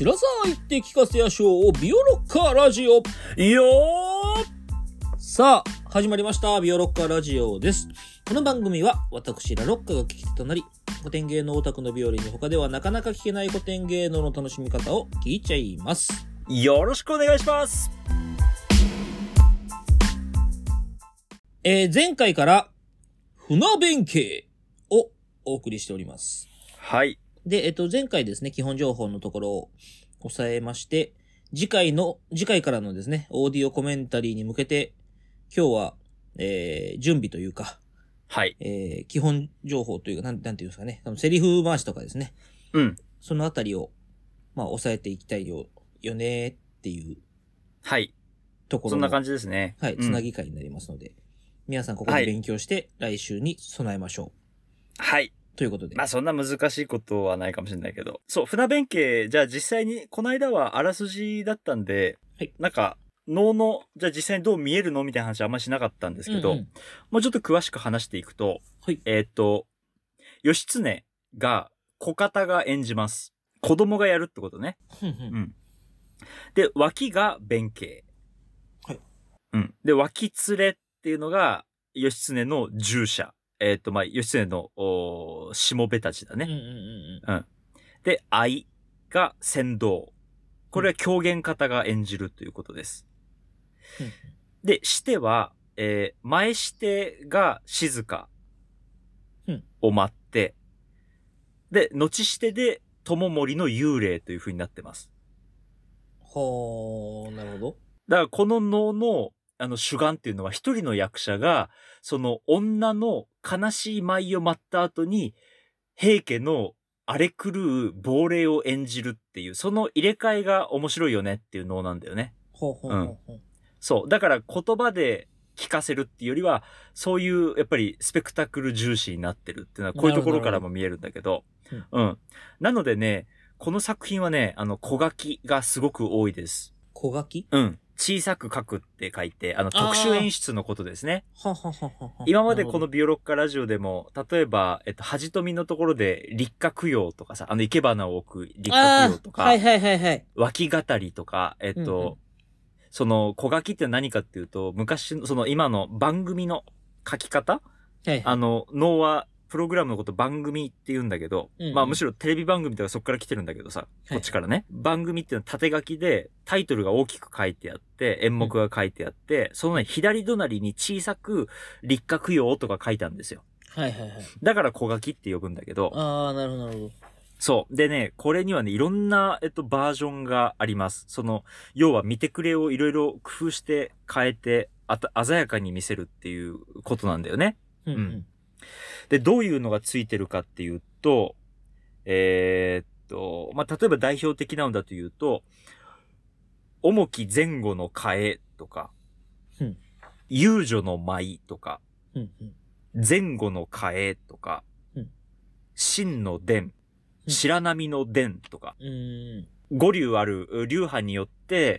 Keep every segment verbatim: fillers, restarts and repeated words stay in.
白沢言って聞かせやしょうビオロッカーラジオよー。さあ始まりましたビオロッカーラジオです。この番組は私ラロッカが聞き手となり、古典芸能オタクのビオレに他ではなかなか聞けない古典芸能の楽しみ方を聞いちゃいます。 よろしくお願いします。 えー、前回から船弁慶をお送りしております。 はい。 で、えっと、前回ですね、基本情報のところを抑えまして、次回の、次回からのですね、オーディオコメンタリーに向けて、今日は、えー、準備というか、 はい。 えー、基本情報というか、なん、なんていうんですかね、セリフ回しとかですね。 うん。 そのあたりを、まあ、抑えていきたいよ、よねっていう。 はい。 ところそんな感じですね。 はい、 うん、 つなぎ会になりますので、皆さんここで勉強して、来週に備えましょう。 はい。 ということで。 まあそんな難しいことはないかもしれないけど。そう、船弁慶、じゃあ実際に、この間はあらすじだったんで、 はい。 なんか、能の、じゃあ実際にどう見えるのみたいな話はあんまりしなかったんですけど、うんうん、もうちょっと詳しく話していくと、 はい。 えー、っと、義経が、小方が演じます。子供がやるってことね。 うんうん。 うん。で、脇が弁慶。 はい。 うん。で、脇連れっていうのが、義経の従者。えっと、まあ、義経の、おしもべたちだね。 うんうんうんうん。 うん。で、愛が船頭。これは狂言方が演じるということです。 うん、 で、しては、えー、前してが静かを待って、うん、で、後してで友森の幽霊という風になってます。 はあ、なるほど。 だからこの能の、あの主眼っていうのは一人の役者が、その女の悲しい舞を舞った後に、平家の荒れ狂う亡霊を演じるっていう、その入れ替えが面白いよねっていう能なんだよね。 ほうほうほうほう。 うん。そう。だから言葉で聞かせるっていうよりは、そういうやっぱりスペクタクル重視になってるっていうのは、こういうところからも見えるんだけど、どうん。なのでね、この作品はね、あの、小書きがすごく多いです。 小書き？ うん。小さく書くって書いて、あの、特殊演出のことですね。 はははは。 今までこのビオロッカラジオでも、例えば、えっと、恥富のところで、立花供養とかさ、あの、生け花を置く立花供養とか、 はいはいはいはい。 脇語りとか、えっと、うんうん、その、小書きって何かっていうと、昔の、その今の番組の書き方、はいはい、あの、能は、プログラムのこと番組って言うんだけど、うんうん、まあむしろテレビ番組とかそっから来てるんだけどさ、こっちからね。はい、番組っていうのは縦書きでタイトルが大きく書いてあって、演目が書いてあって、うん、そのね、左隣に小さく立花供養とか書いたんですよ。 はいはいはい。 だから小書きって呼ぶんだけど。 ああ、なるほどなるほど。 そう。でね、これにはね、いろんな、えっと、バージョンがあります。その、要は見てくれをいろいろ工夫して変えて、あた、鮮やかに見せるっていうことなんだよね。うん、うん。で、どういうのがついてるかっていうと、えー、っと、まあ、例えば代表的なのだというと、重き前後の替えとか、うん、遊女の舞とか、うんうん、前後の替えとか、うん、真の伝、白波の伝とか、うん、五流ある流派によって、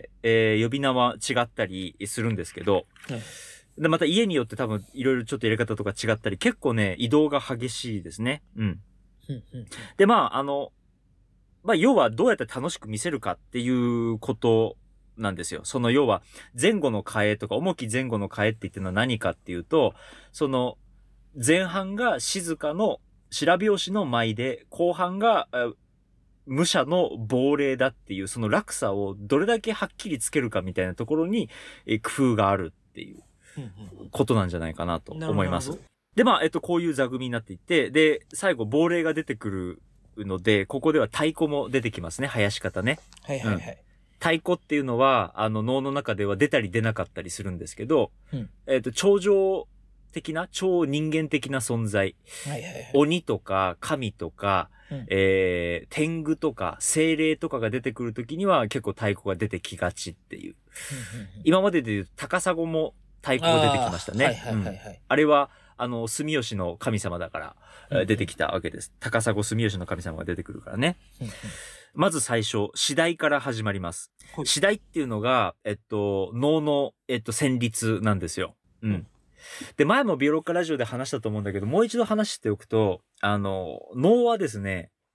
えー、呼び名は違ったりするんですけど、はい、で、また家によって多分いろいろちょっと入れ方とか違ったり、結構ね、移動が激しいですね。うん。で、まあ、あの、まあ、要はどうやって楽しく見せるかっていうことなんですよ。その要は、前後の替えとか、重き前後の替えって言ってるのは何かっていうと、その、前半が静かの白拍子の舞で、後半が、武者の亡霊だっていう、その落差をどれだけはっきりつけるかみたいなところに、え工夫があるっていう。ことなんじゃないかなと思います。で、まあ、えっと、こういう座組になっていて、で、最後、亡霊が出てくるので、ここでは太鼓も出てきますね、林方ね。 はいはいはい。うん、 太鼓っていうのは、あの、能の中では出たり出なかったりするんですけど、うん、えっと、超常的な、超人間的な存在。はいはいはい、鬼とか、神とか、うん、えー、天狗とか、精霊とかが出てくるときには結構太鼓が出てきがちっていう。うんうんうん、今までで言う高砂も太鼓が出てきましたね。はいはいはいはい、うん。あれは、あの、住吉の神様だから、うん、出てきたわけです。高砂住吉の神様が出てくるからね。うんうん、まず最初、次第から始まります。次第っていうのが、えっと、能の、えっと、旋律なんですよ。うん。うん、で、前もビオロッカラジオで話したと思うんだけど、もう一度話しておくと、あの、能はですね、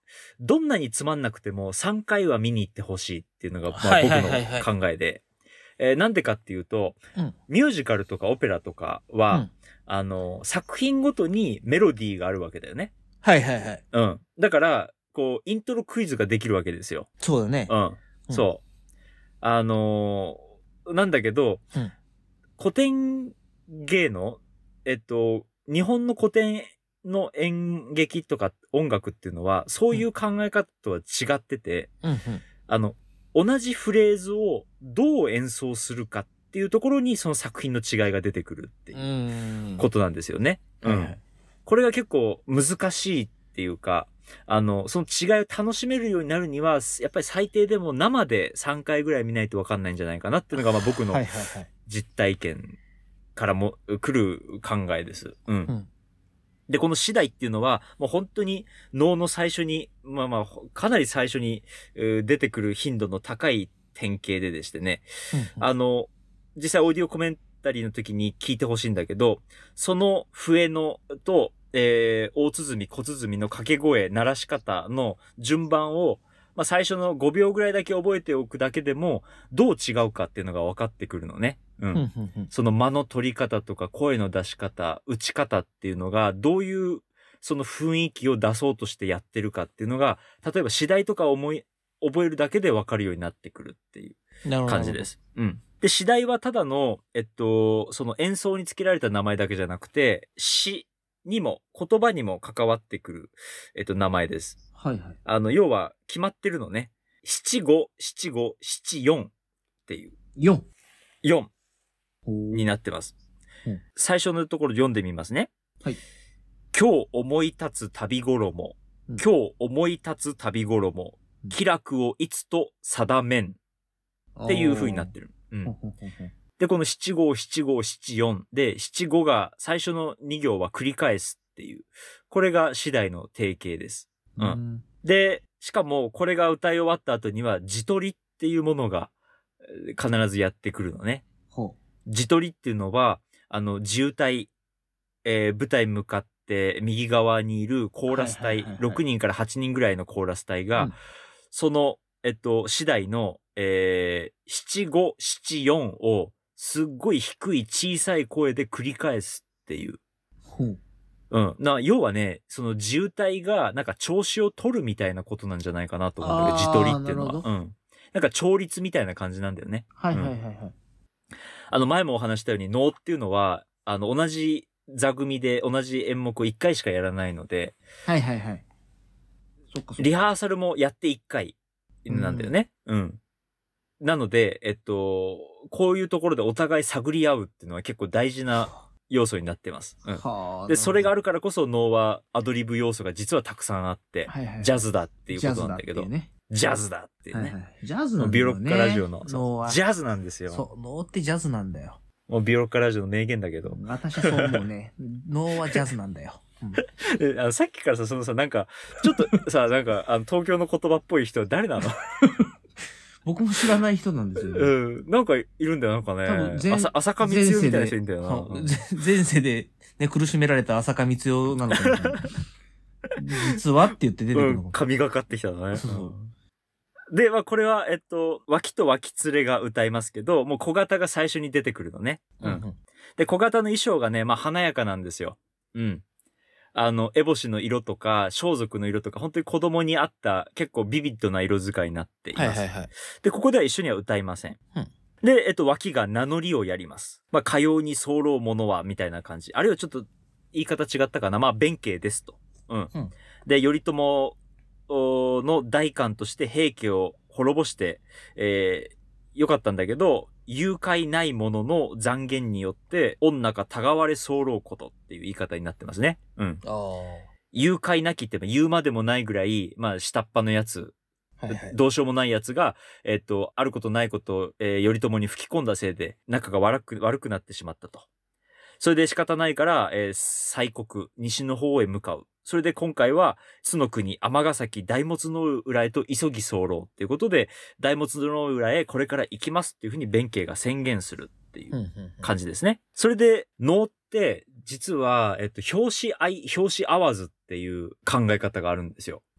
どんなにつまんなくてもさんかいは見に行ってほしいっていうのが、まあ、 はい僕はいはいはいの考えで。えーなんでかっていうと、 うんミュージカルとかオペラとかは、 うんあの、作品ごとにメロディーがあるわけだよね。 はいはいはい。 うん。だから、こう、イントロクイズができるわけですよ。 そうだね。 うん。 うんそう。あのーなんだけど、 うん古典芸能、えっと、日本の古典の演劇とか音楽っていうのは、そういう考え方とは違ってて、 うんうんあの、同じフレーズをどう演奏するかっていうところにその作品の違いが出てくるっていううん。 ことなんですよね。うんはいはい。 これが結構難しいっていうか、あの、その違いを楽しめるようになるには、やっぱり最低でも生でさんかいぐらい見ないとわかんないんじゃないかなっていうのが、まあ僕のはいはいはい。 実体験からも来る考えです。うん。 うんで、この次第っていうのは、もう本当に脳の最初に、まあまあ、かなり最初にえー出てくる頻度の高い典型ででしてね。 うんあの、実際オーディオコメンタリーの時に聞いてほしいんだけど、その笛のと、えー、大鼓、小鼓の掛け声、鳴らし方の順番を、まあ最初のごびょうぐらいだけ覚えておくだけでも、どう違うかっていうのが分かってくるのね。うん。 うんうんうんその間の取り方とか声の出し方、打ち方っていうのが、どういうその雰囲気を出そうとしてやってるかっていうのが、例えば次第とか思い、覚えるだけで分かるようになってくるっていうなるほど感じで。す。うん。で、次第はただの、えっと、その演奏につけられた名前だけじゃなくて、詩にも、言葉にも関わってくる、えっと、名前です。 はいはい。 あの、要は決まってるのね。七五、七五、七四っていう、 よん。 よんにになってます。 うん最初のところ読んでみますね。 はい。 今日思い立つ旅衣、 うん今日思い立つ旅衣、 うん気楽をいつと定めんっていう風になってる。うん。 ほんほんほんほんで、この七五、七五、七四で、七五が最初のに行は繰り返すっていう。これが次第の定型です。うんうんで、しかもこれが歌い終わった後には、自取りっていうものがえー必ずやってくるのね。 ほ自取りっていうのは、あの、自由隊、えー舞台向かって右側にいるコーラス隊、 はいはいはいはいろくにんからはちにんぐらいのコーラス隊が、 うんその、えっと、次第の、えー、七五、七四を、すっごい低い小さい声で繰り返すっていう。 う。ほう。 うん。な、要はね、その自由隊が、なんか調子を取るみたいなことなんじゃないかなと思うんだけど、 あー自取りっていうのは。 なるほうん。なんか調律みたいな感じなんだよね。 はいはいはいはい。 あの、前もお話したように、能っていうのは、あの、同じ座組で同じ演目をいっかいしかやらないので、 はいはいはい。そっかそっか。 リハーサルもやっていっかいなんだよね。うん。なので、えっと、こういうところでお互い探り合うっていうのは結構大事な要素になってます。うん。 はあ。 で、それがあるるからこそ能はアドリブ要素が実はたくさんあって、 ほど、はいはいはい、 ジャズだっていうことなんだけど、 ジャズだっていうね。 ジャズだっていうね。 はいはい。ジャズなんだビオロよね。 ッカラジオの、 能は。 ジャズなんですよ。 そう、能ってジャズなんだよ。 もうビオロッカラジオの名言だけど。 私はそう思うね。能はジャズなんだよ。うんであのさっきからさ、そのさ、なんか、ちょっとさ、なんか、あの、東京の言葉っぽい人誰なの僕も知らない人なんですよね。 うん。なんかいるんだよ、なんかね。 多分前朝、朝香光代みたいな人いるんだよな。 そう前前世で、ね、苦しめられた浅香光代なのかもしれない。実はって言って出てくうん、 るのか神がかってきたのね。 そうそううんで、まあ、これは、えっと、脇と脇連れが歌いますけど、もう小型が最初に出てくるのね。 うんうんで、小型の衣装がね、まあ、華やかなんですよ。うん。あの、烏帽子の色とか、装束の色とか、本当に子供に合った結構ビビッドな色使いになっています。 はいはいはい。 で、ここでは一緒には歌いません。 うんで、えっと、脇が名乗りをやります。まあ、かように候者は、みたいな感じ。あるいはちょっと、言い方違ったかな。まあ、弁慶ですと。うん。 うんで、頼朝おの代官として平家を滅ぼして、えー、よかったんだけど、誘拐ない者の残言によって、女かたがわれ候ことっていう言い方になってますね。うん。 ああ。 誘拐なきって言うまでもないぐらい、まあ、下っ端のやつ、 はいはい。 どうしようもないやつが、えっと、あることないことを、えー、頼朝に吹き込んだせいで、仲が悪く、悪くなってしまったと。それで仕方ないから、えー、西国、西の方へ向かう。それで今回は、津の国、尼崎、大物の浦へと急ぎ候っていうことで、大物の浦へこれから行きますっていうふうに弁慶が宣言するっていううんうんうん感じですね。それで、能って、実は、えっと、表紙合い、表紙合わずっていう考え方があるんですよ。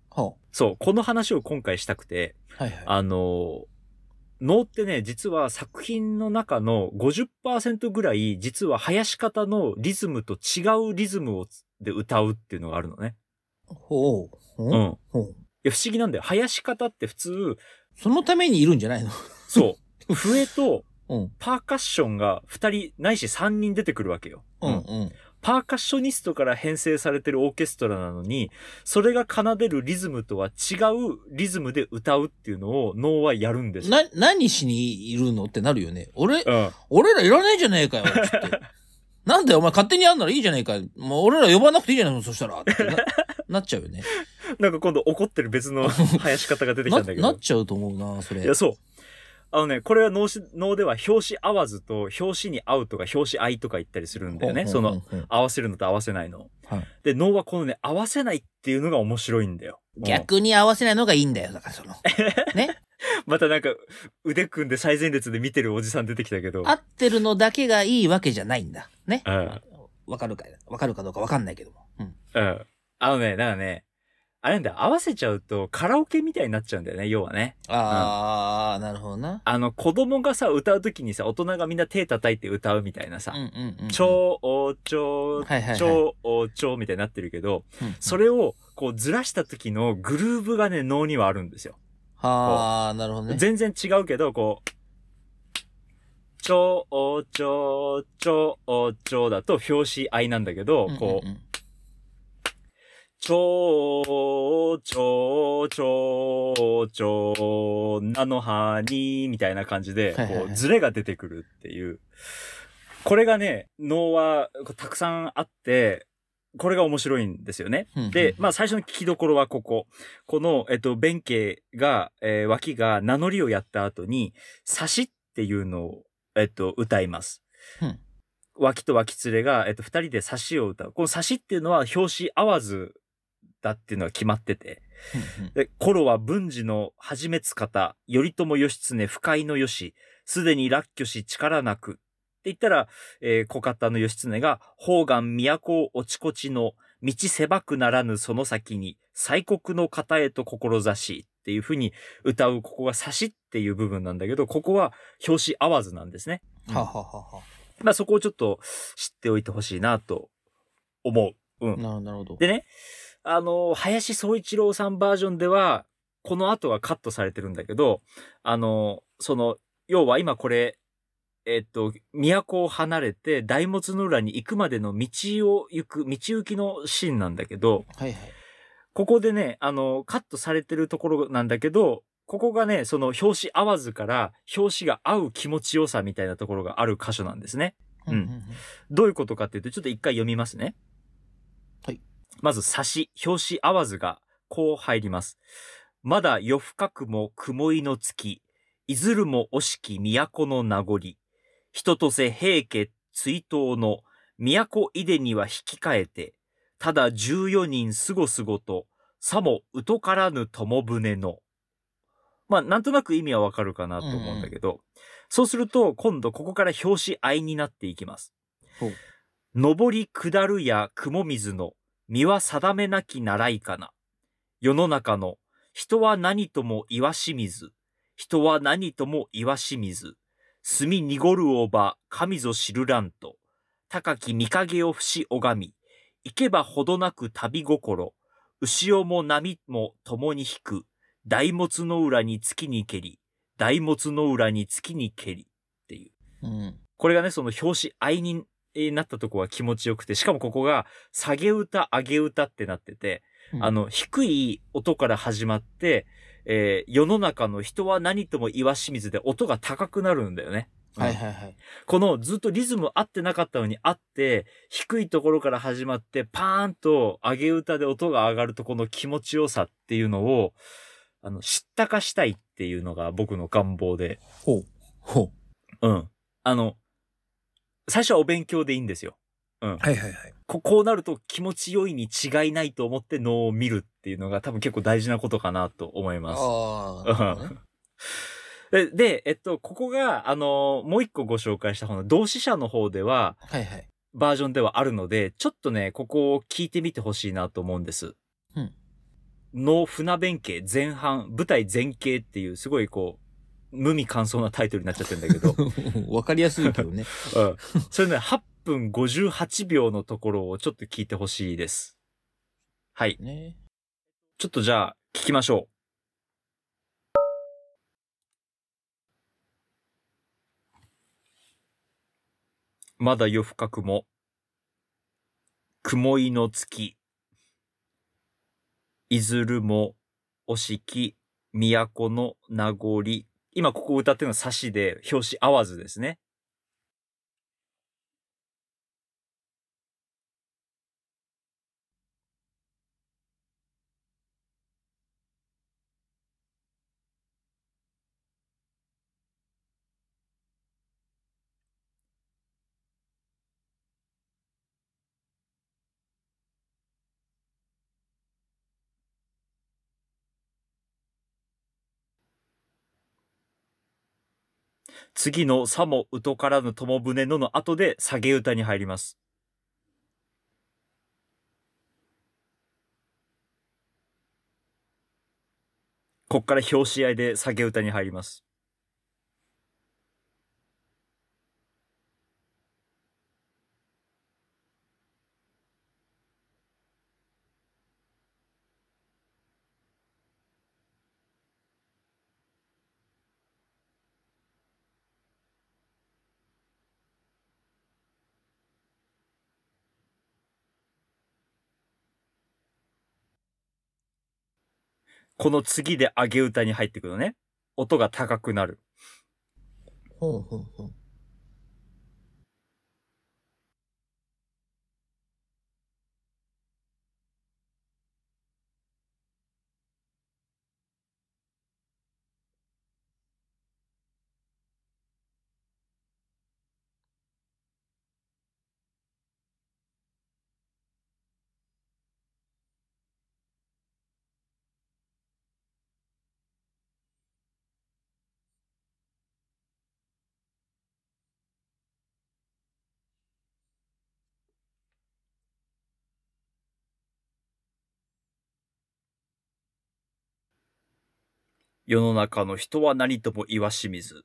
はそう、この話を今回したくて、 あ、はいはい。 あの、能ってね、実は作品の中の ごじゅっパーセント ぐらい、実は林方のリズムと違うリズムをで歌うっていうのがあるのね。 ほう。 う。 うんん。ほう。 いや、不思議なんだよ。林方って普通、 そのためにいるんじゃないの？ そう、笛とうん。 パーカッションがふたりないしさんにん出てくるわけよ。 うんうん。 パーカッショニストから編成されてるオーケストラなのに、それが奏でるリズムとは違うリズムで歌うっていうのを能はやるんですよ。 な、何しにいるのってなるよね。俺、 うん。 俺らいらねえじゃねえかよ、つって。なんだよ、お前勝手にやんならいいじゃねえかよ。もう俺ら呼ばなくていいじゃないの、そしたら。ってな、なっちゃうよね。 なんか今度怒ってる別の林方が出てきたんだけど。 な、なっちゃうと思うな、それ。 いや、そう。あのね、これは能し、能では表紙合わずと表紙に合うとか表紙合いとか言ったりするんだよね。その、合わせるのと合わせないの。 はい、 で、能はこのね、合わせないっていうのが面白いんだよ。 逆に合わせないのがいいんだよ。だからその。ね。 またなんか、腕組んで最前列で見てるおじさん出てきたけど。 合ってるのだけがいいわけじゃないんだ。ね。 うん。 わかるか、わかるかどうかわかんないけども。うん。 うん。あのね、だからね、あれなんだよ、合わせちゃうとカラオケみたいになっちゃうんだよね、要はね。 あー、うん、なるほどな。 あの、子供がさ、歌うときにさ、大人がみんな手叩いて歌うみたいなさ、 うんうんうんうん、 ちょー、ちょー、ちょー、ちょーみたいになってるけど、うんうん、それをこうずらした時のグルーブがね、能にはあるんですよ。 はー、なるほどね。 全然違うけど、こう、ちょー、ちょー、ちょー、ちょーだと表紙合いなんだけど、こう、うんうんうん、ちょー、ちょー、ちょー、ちょー、なのはに、みたいな感じで、こう、ズレが出てくるっていう。これがね、能はたくさんあって、これが面白いんですよね。うんうん、で、まあ最初の聞きどころはここ。この、えっと、弁慶が、えー、脇が名乗りをやった後に、差しっていうのを、えっと、歌います。うん脇と脇連れが、えっと、二人で差しを歌う。この差しっていうのは表紙合わずだっていうのは決まってて。で、頃は文治の始めつ方、頼朝義経不快の義、すでに落居し力なく。って言ったら、えー、小方の義経が、方眼都を落ちこちの、道狭くならぬその先に、西国の方へと志っていう風に歌う、ここが差しっていう部分なんだけど、ここは表紙合わずなんですね。うん、はははは。まあそこをちょっと知っておいてほしいなと思う。うん。 なるほど。 でね、あの、林宗一郎さんバージョンでは、この後はカットされてるんだけど、あの、その、要は今これ、えっと、都を離れて大物の浦に行くまでの道を行く、道行きのシーンなんだけど、 はいはい。 ここでね、あの、カットされてるところなんだけど、ここがね、その表紙合わずから表紙が合う気持ちよさみたいなところがある箇所なんですね。うん。うんうんうん、どういうことかっていうと、ちょっと一回読みますね。 はい。 まず、差し、表紙合わずがこう入ります。まだ夜深くも雲井の月、いずるも惜しき都の名残。人とせ平家追悼の都いでには引き換えて、ただ十四人すごすごと、さも疎からぬ友船の。まあ、なんとなく意味はわかるかなと思うんだけど、うんうん、そうすると、今度ここから表紙合いになっていきます。上り下るや雲水の、身は定めなき習いかな。世の中の、人は何とも岩清水、人は何とも岩清水、墨濁るおば、神ぞ知るらんと、高き見影を伏し拝み、行けばほどなく旅心、牛尾も波も共に引く、大物の裏に月に蹴り、大物の裏に月に蹴りっていう。うん、これがね、その表紙合いになったとこが気持ちよくて、しかもここが下げ歌、上げ歌ってなってて、うん、あの、低い音から始まって、えー、世の中の人は何とも岩清水で音が高くなるんだよね。 うん、はいはいはい。 このずっとリズム合ってなかったのに合って、低いところから始まってパーンと上げ歌で音が上がるとこの気持ちよさっていうのを、あの、知ったかしたいっていうのが僕の願望で。 ほう。ほう。うん。あの、最初はお勉強でいいんですよ。うん。 はいはいはい。 こ、こうなると気持ちよいに違いないと思って能を見るっていうのが多分結構大事なことかなと思います。 ああ、ねで。で、えっと、ここが、あの、もう一個ご紹介したこの同志社の方では、 はいはい。 バージョンではあるので、ちょっとね、ここを聞いてみてほしいなと思うんです。 うん。 の船弁慶前半、舞台前景っていうすごいこう、無味乾燥なタイトルになっちゃってるんだけど。 わかりやすいけどね。 うん。それね、はっぷんごじゅうはちびょうのところをちょっと聞いてほしいです。はい。 ね、 ちょっとじゃあ、聞きましょう。まだ夜深くも、雲井の月。いずるも、おしき、都の名残。今ここ歌ってるのは差しで、表紙合わずですね。次のさも疎からぬ友船のの後で下げ歌に入ります。こっから表紙合いで下げ歌に入ります。この次で上げ歌に入ってくるのね。音が高くなる。 ほうほうほう。 世の中の人は何とも言わしみず。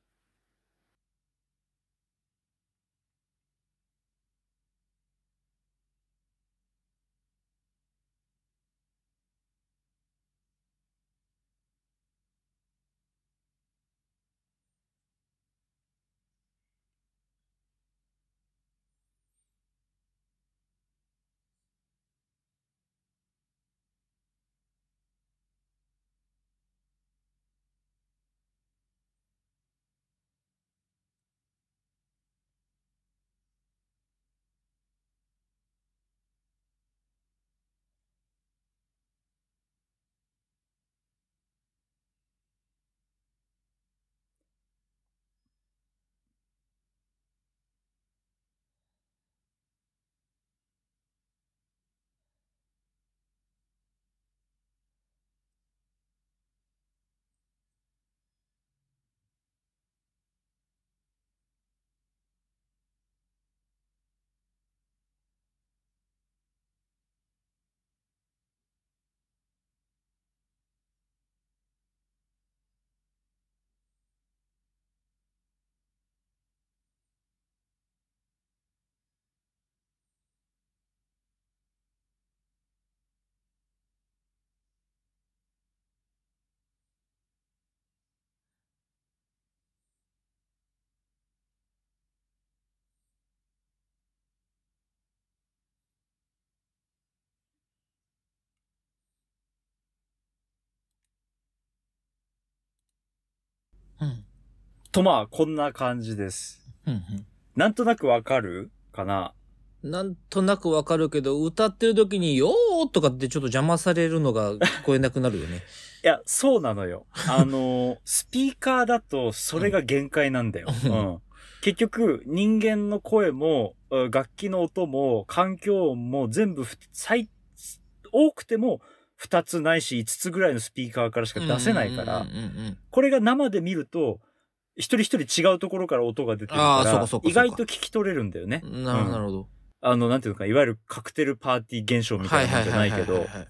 うん。 とまあ、こんな感じです。 うんうん。 なんとなくわかるかな？ なんとなくわかるけど、歌ってる時に、よーとかってちょっと邪魔されるのが聞こえなくなるよね。 いや、そうなのよ。あの、スピーカーだとそれが限界なんだよ。 うんうん。結局、人間の声も、楽器の音も、環境音も全部、最、多くても二つないし五つぐらいのスピーカーからしか出せないから、これが生で見ると、一人一人違うところから音が出てるから、意外と聞き取れるんだよね。 なるほど。 あの、なんていうのか、いわゆるカクテルパーティー現象みたいなもんじゃないけど、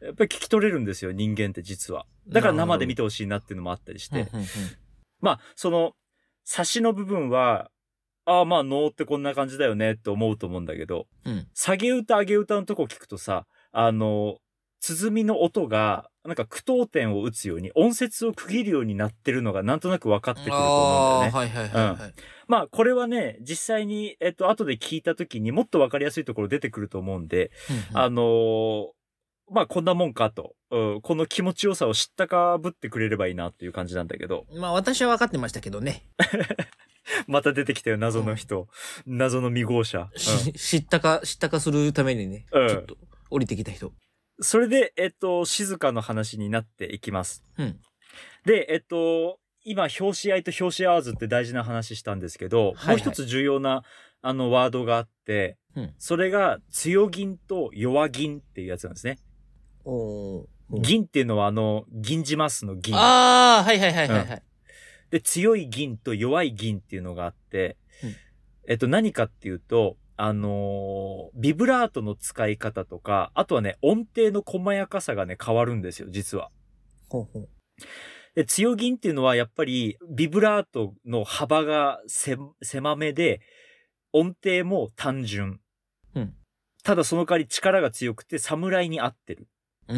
やっぱり聞き取れるんですよ、人間って実は。だから生で見てほしいなっていうのもあったりして。 うんうんうん、 まあ、その、差しの部分は、ああ、まあ、能ってこんな感じだよねって思うと思うんだけど、 うん、 下げ歌、上げ歌のとこ聞くとさ、あの、鼓の音が、なんか句読点を打つように、音節を区切るようになってるのがなんとなく分かってくると思うんだよね。 はいはいはいはい。 うん、まあ、これはね、実際に、えっと、後で聞いたときにもっと分かりやすいところ出てくると思うんで、うんうん、あのー、まあ、こんなもんかと、うん、この気持ちよさを知ったかぶってくれればいいなっていう感じなんだけど。 まあ、私は分かってましたけどね。 また出てきたよ、謎の人。うん、謎の未号車、 うん。知ったか、知ったかするためにね、うん、ちょっと降りてきた人。 それで、えっと、静かの話になっていきます。 うん、で、 えっと、今、表紙合いと表紙合わずって大事な話したんですけど、はいはい、もう一つ重要な、あの、ワードがあって、うん、それが、強銀と弱銀っていうやつなんですね。 お銀っていうのは、あの、銀じますの銀。 ああ、はいはいはいはい、はい、うん。 で、強い銀と弱い銀っていうのがあって、うん、えっと、何かっていうと、あのー、ビブラートの使い方とか、あとはね、音程の細やかさがね、変わるんですよ、実は。 ほうほう。 で、強銀っていうのは、やっぱり、ビブラートの幅がせ狭めで、音程も単純。うん。ただその代わり力が強くて、侍に合ってる。 うん。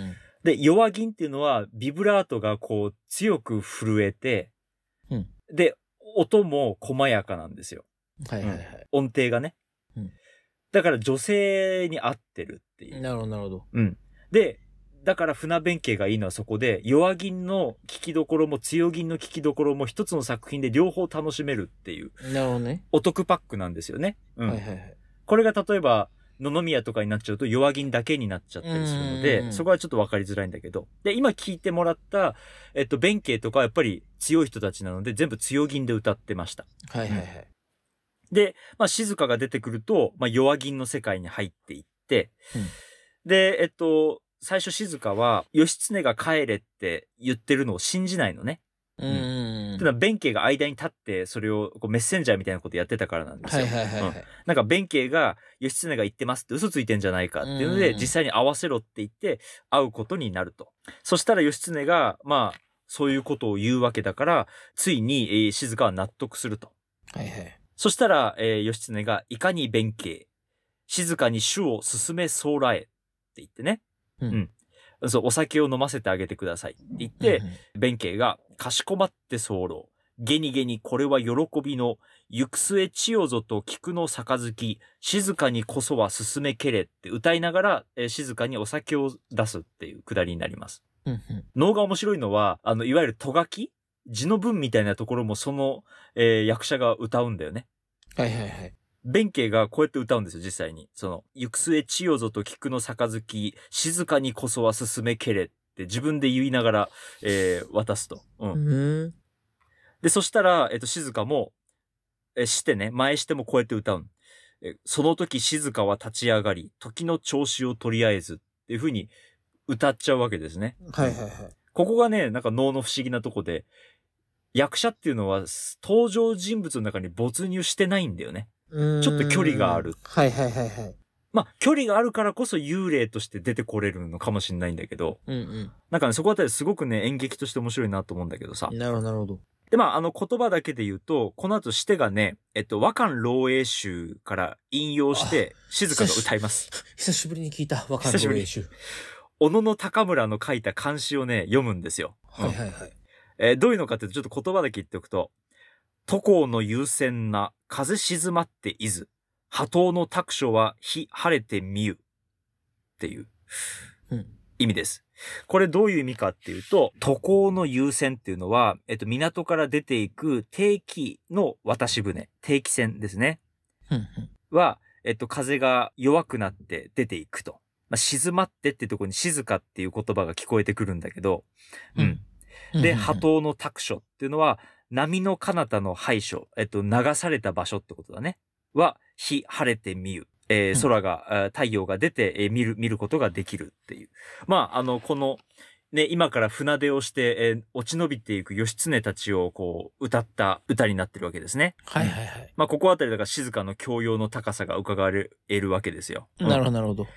で、弱銀っていうのは、ビブラートがこう、強く震えて、うん。で、音も細やかなんですよ。 はいはいはい。 うん、音程がね。うん。だから女性に合ってるっていう。 なるほど、なるほど。 うん。で、だから船弁慶がいいのはそこで、弱銀の聞きどころも強銀の聞きどころも一つの作品で両方楽しめるっていう。 なるほどね。 お得パックなんですよね。うん。 はいはいはい。 これが例えば、野々宮とかになっちゃうと弱銀だけになっちゃったりするので、そこはちょっとわかりづらいんだけど。で、今聞いてもらった、えっと、弁慶とかはやっぱり強い人たちなので、全部強銀で歌ってました。 はいはいはい。 で、まあ、静香が出てくると、まあ、弱銀の世界に入っていって、うん、で、えっと、最初静香は、義経が帰れって言ってるのを信じないのね。 うん。うん。 ただ、弁慶が間に立って、それをこうメッセンジャーみたいなことやってたからなんですよ。 はいはいはい、はいうん。 なんか、弁慶が、義経が言ってますって嘘ついてんじゃないかっていうので、実際に合わせろって言って、会うことになると。そしたら義経が、まあ、そういうことを言うわけだから、ついに、えー、静香は納得すると。 はいはい。 そしたら、えー、義経が、いかに弁慶、静かに主を進めそうらえって言ってね。うん。うん、そう、お酒を飲ませてあげてくださいって言って、うんうん、弁慶が、かしこまって候。ゲニゲニこれは喜びの、行く末千代ぞと菊の杯、静かにこそは進めけれって歌いながら、えー、静かにお酒を出すっていうくだりになります。うんうん、能が面白いのは、あの、いわゆるとがき字の文みたいなところもその、えー、役者が歌うんだよね。 はいはいはい。 弁慶がこうやって歌うんですよ、実際に。その、行く末千代ぞと菊の杯、静かにこそは進めけれって自分で言いながら、えー、渡すと。うん。 うんで、そしたら、えっと、静香も、え、してね、前してもこうやって歌う。え、その時静香は立ち上がり、時の調子をとりあえずっていう風に歌っちゃうわけですね。 はいはいはい。 ここがね、なんか能の不思議なとこで、役者っていうのは登場人物の中に没入してないんだよね。ちょっと距離がある。 はいはいはいはい。 まあ、距離があるからこそ幽霊として出てこれるのかもしれないんだけど。 うんうん。 なんかね、そこあたりすごくね、演劇として面白いなと思うんだけどさ。 なるほどなるほど。 で、まあ、あの言葉だけで言うと、この後シテがね、えっと、和漢漏洩集から引用して、静香が歌います。 久しぶりに聞いた和漢漏洩集。 小野の高村の書いた漢詩をね、読むんですよ。 はいはいはい。 えー、どういうのかっていうと、ちょっと言葉だけ言っておくと、都港の優先な風静まっていず、波頭の卓書は日晴れて見ゆっていう意味です。これどういう意味かっていうと、都港の優先っていうのは、えっと、港から出ていく定期の渡し船、定期船ですね。は、えっと、風が弱くなって出ていくと。まあ、静まってってところに静かっていう言葉が聞こえてくるんだけど、うん。で、波頭の卓書っていうのは、波の彼方の廃所、えっと、流された場所ってことだね。は、日晴れて見ゆ。えー、空が、太陽が出て、えー、見る、見ることができるっていう。まあ、あの、この、ね、今から船出をして、えー、落ち延びていく義経たちを、こう、歌った歌になってるわけですね。 はいはいはい。 まあ、ここあたりだから静かの教養の高さが伺われるわけですよ。 うん、なるほど、なるほど。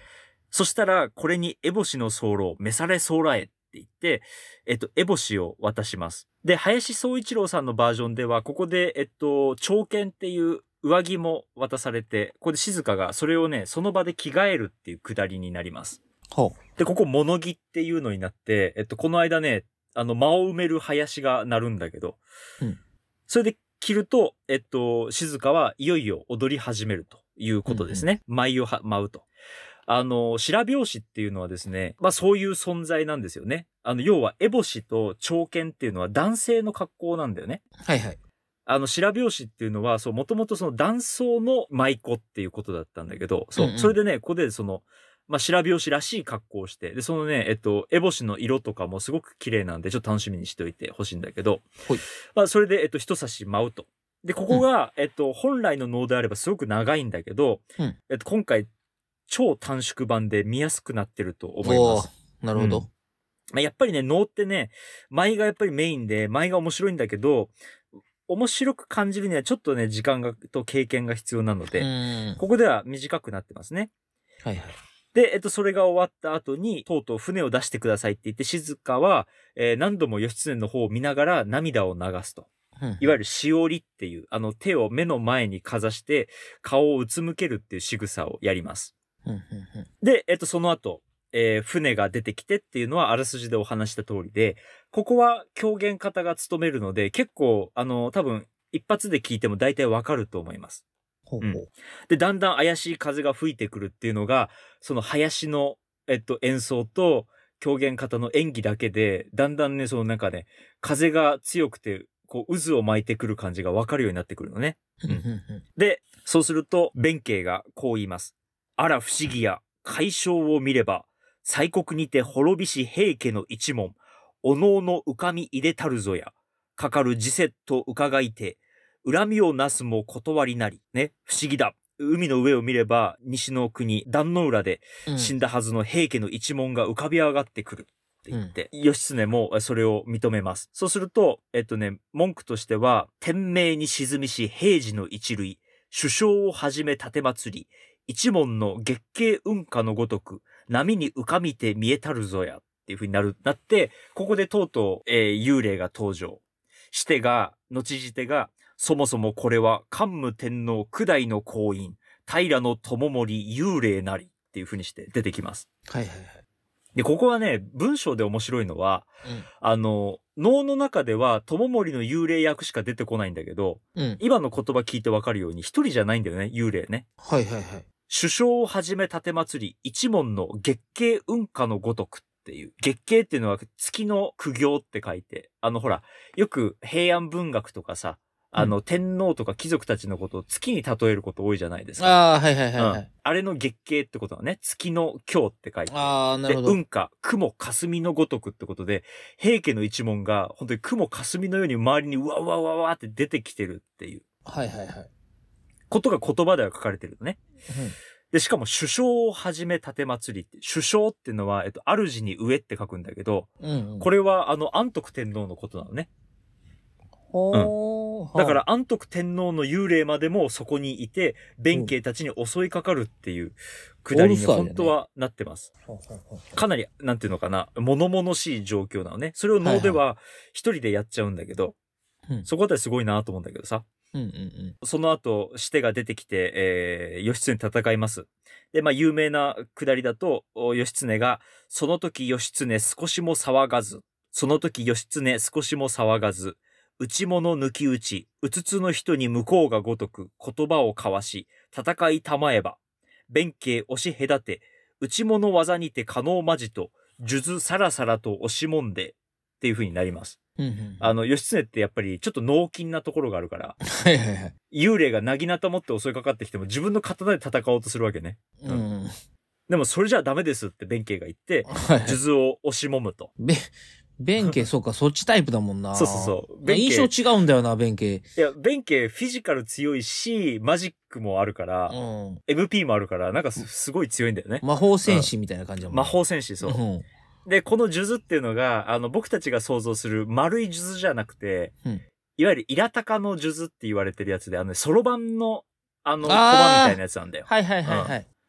そしたら、これにエボシの候、召され候えって言って、えっと、エボシを渡します。で、林宗一郎さんのバージョンでは、ここで、えっと、長剣っていう上着も渡されて、ここで静香がそれをね、その場で着替えるっていうくだりになります。 ほう。 で、ここ物着っていうのになって、えっと、この間ね、あの、間を埋める林が鳴るんだけど、 うん。 それで着ると、えっと、静香はいよいよ踊り始めるということですね。うんうん、舞をは舞うと。あの、白拍子っていうのはですね、まあそういう存在なんですよね。あの、要は、エボシと長剣っていうのは男性の格好なんだよね。 はいはい。 あの、白拍子っていうのは、そう、もともとその男装の舞妓っていうことだったんだけど、そう、うんうん、それでね、ここでその、まあ、白拍子らしい格好をして、で、そのね、えっと、エボシの色とかもすごく綺麗なんで、ちょっと楽しみにしておいてほしいんだけど、 はい。 まあ、それで、えっと、一差し舞うと。で、ここが、うん、えっと、本来の能であればすごく長いんだけど、うん、えっと、今回、超短縮版で見やすくなってると思います。 なるほど。 うん、まあ、やっぱりね、能ってね、舞がやっぱりメインで、舞が面白いんだけど、面白く感じるにはちょっとね、時間がと経験が必要なので、ここでは短くなってますね。 はいはい。 で、えっと、それが終わった後に、とうとう船を出してくださいって言って、静香は、えー、何度も義経の方を見ながら涙を流すと。いわゆるしおりっていう、あの手を目の前にかざして、顔をうつむけるっていう仕草をやります。で、えっと、その後、えー、船が出てきてっていうのはあらすじでお話した通りで、ここは狂言方が務めるので、結構、あの、多分、一発で聞いても大体わかると思います。 ほうほう。 うん、で、だんだん怪しい風が吹いてくるっていうのが、その林の、えっと、演奏と狂言方の演技だけで、だんだんね、そのなんかね、風が強くて、こう、渦を巻いてくる感じがわかるようになってくるのね。うん、で、そうすると、弁慶がこう言います。あら不思議や、海象を見れば、西国にて滅びし平家の一門、おのおの浮かみ入れたるぞや、かかる時節と伺いて、恨みをなすも断りなり。ね、不思議だ。海の上を見れば、西の国、壇の浦で死んだはずの平家の一門が浮かび上がってくる。って言って、うん、義経もそれを認めます。そうすると、えっとね、文句としては、天命に沈みし平治の一類、首相をはじめ立て祭り、一門の月経雲下のごとく、波に浮かみて見えたるぞや。っていう風になる、なって、ここでとうとう、えー、幽霊が登場。してが、後じてが、そもそもこれは、桓武天皇九代の皇院、平の友盛幽霊なりっていう風にして出てきます。 はいはいはい。 で、ここはね、文章で面白いのは、うん、あの、能の中では、友盛の幽霊役しか出てこないんだけど、うん、今の言葉聞いてわかるように、一人じゃないんだよね、幽霊ね。 はいはいはい。 首相をはじめ立て祭り、一門の月経雲下のごとくっていう。月経っていうのは月の苦行って書いて、あのほら、よく平安文学とかさ、あの、うん、天皇とか貴族たちのことを月に例えること多いじゃないですか。 ああ、はいはいはい、はいうん。 あれの月経ってことはね、月の今日って書いて。 ああ、なるほど。 で、雲下、雲霞のごとくってことで、平家の一門が本当に雲霞のように周りにうわうわうわうわって出てきてるっていう。 はいはいはい。 ことが言葉では書かれてるのね。うんで、しかも首相をはじめ立て祭りって、首相っていうのは、えっと、主に上って書くんだけど、うんうん、これは、あの、安徳天皇のことなのね。 ほー、 うん。だから、安徳天皇の幽霊までもそこにいて、弁慶たちに襲いかかるっていうくだりに本当はなってます。かなり、なんていうのかな、物々しい状況なのね。それを能では一人でやっちゃうんだけど、はいはい、そこあたりすごいなと思うんだけどさ。 うんうんうん、 その後、シテが出てきて、えー、義経に戦います。で、まあ、有名なくだりだと、義経が、その時義経少しも騒がず、その時義経少しも騒がず、内物抜き打ち、うつつの人に向こうがごとく、言葉を交わし、戦いたまえば、弁慶押し隔て、内物技にて可能まじと、数珠さらさらと押しもんで、っていう風になります。 うんうん、 あの、義経ってやっぱりちょっと脳筋なところがあるから、 はいはいはい。 幽霊がなぎなた持って襲いかかってきても自分の刀で戦おうとするわけね。 うん。うん、 でもそれじゃダメですって弁慶が言って、数珠を押しもむと。 べ、弁慶、そうか、そっちタイプだもんな。 そうそうそう。 印象違うんだよな、弁慶。 いや、弁慶フィジカル強いし、マジックもあるから、うん、エムピー もあるから、なんか す, すごい強いんだよね。 魔法戦士みたいな感じだもん、 うん、魔法戦士、そう。うんで、この数珠っていうのが、あの、僕たちが想像する丸い数珠じゃなくて、うん、いわゆるイラタカの数珠って言われてるやつで、あの、そろばんの、あの、コマみたいなやつなんだよ。 はいはいはいはい、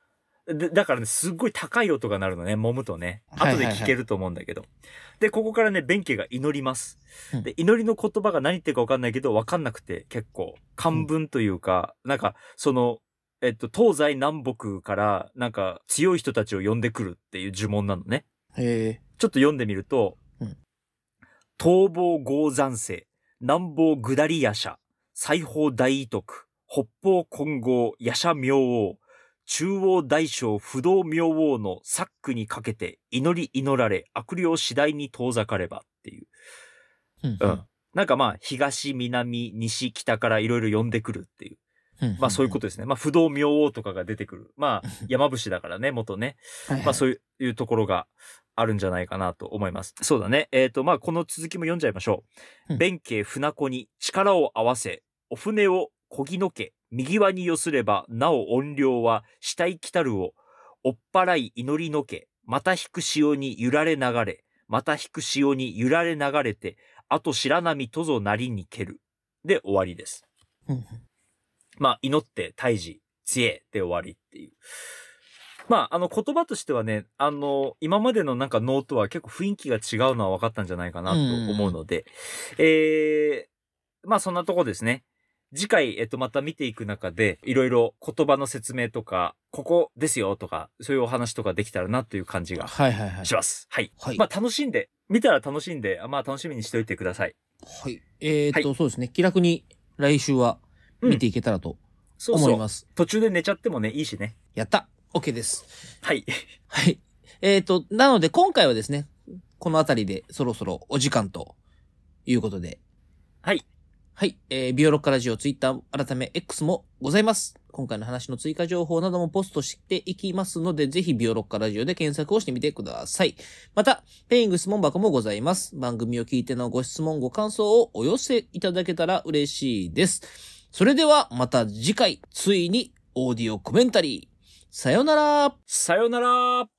で、だからね、すっごい高い音が鳴るのね、揉むとね。 はいはいはい後で聞けると思うんだけど。で、ここからね、弁慶が祈りますうん。 で、祈りの言葉が何言ってるかわかんないけど、わかんなくて結構、漢文というか、なんか、その、えっと、東西南北から、なんか、強い人たちを呼んでくるっていう呪文なのね。 へえ。 ちょっと読んでみると、 うん東方豪山世、南方下り夜叉、西方大異徳、北方金剛、夜叉明王、中央大将不動明王のサックにかけて祈り祈られ、悪霊次第に遠ざかればっていう。 うんうん。なんかまあ、東、南、西、北からいろいろ呼んでくるっていう。 うんまあそういうことですね。まあ不動明王とかが出てくる。まあ山伏だからね、元ね。 はいはいまあそういうところがあるんじゃないかなと思います。そうだね。えっと、まあこの続きも読んじゃいましょう。 うん弁慶船子に力を合わせ、お船を漕ぎのけ、右輪に寄すれば、なお音量は死体来たるを、追っ払い祈りのけ、また引く潮に揺られ流れ、また引く潮に揺られ流れて、あと白波とぞなりに蹴る。で終わりです。 うんうんまあ、祈って退治、知恵で終わりっていう。まあ、あの言葉としてはね、あの、今までのなんかノートは結構雰囲気が違うのは分かったんじゃないかなと思うので、えー、まあそんなとこですね。次回、えっと、また見ていく中で、いろいろ言葉の説明とか、ここですよとか、そういうお話とかできたらなという感じがはいはいはい。 します。はい。 はいまあ楽しんで、見たら楽しんで、まあ楽しみにしておいてください。 はい。えーっと、 はそうですね。気楽に来週は見ていけたらとそうそう。 思います。 途中で寝ちゃってもね、いいしね。 やった !OK です。 はい。 はい。えーっと、なので今回はですね、このあたりでそろそろお時間ということで。 はい。 はい。えー、ビオロッカラジオツイッター改め X もございます。今回の話の追加情報などもポストしていきますので、ぜひビオロッカラジオで検索をしてみてください。また、ペイング質問箱もございます。番組を聞いてのご質問、ご感想をお寄せいただけたら嬉しいです。それではまた次回、ついにオーディオコメンタリー。さよなら。 さよなら。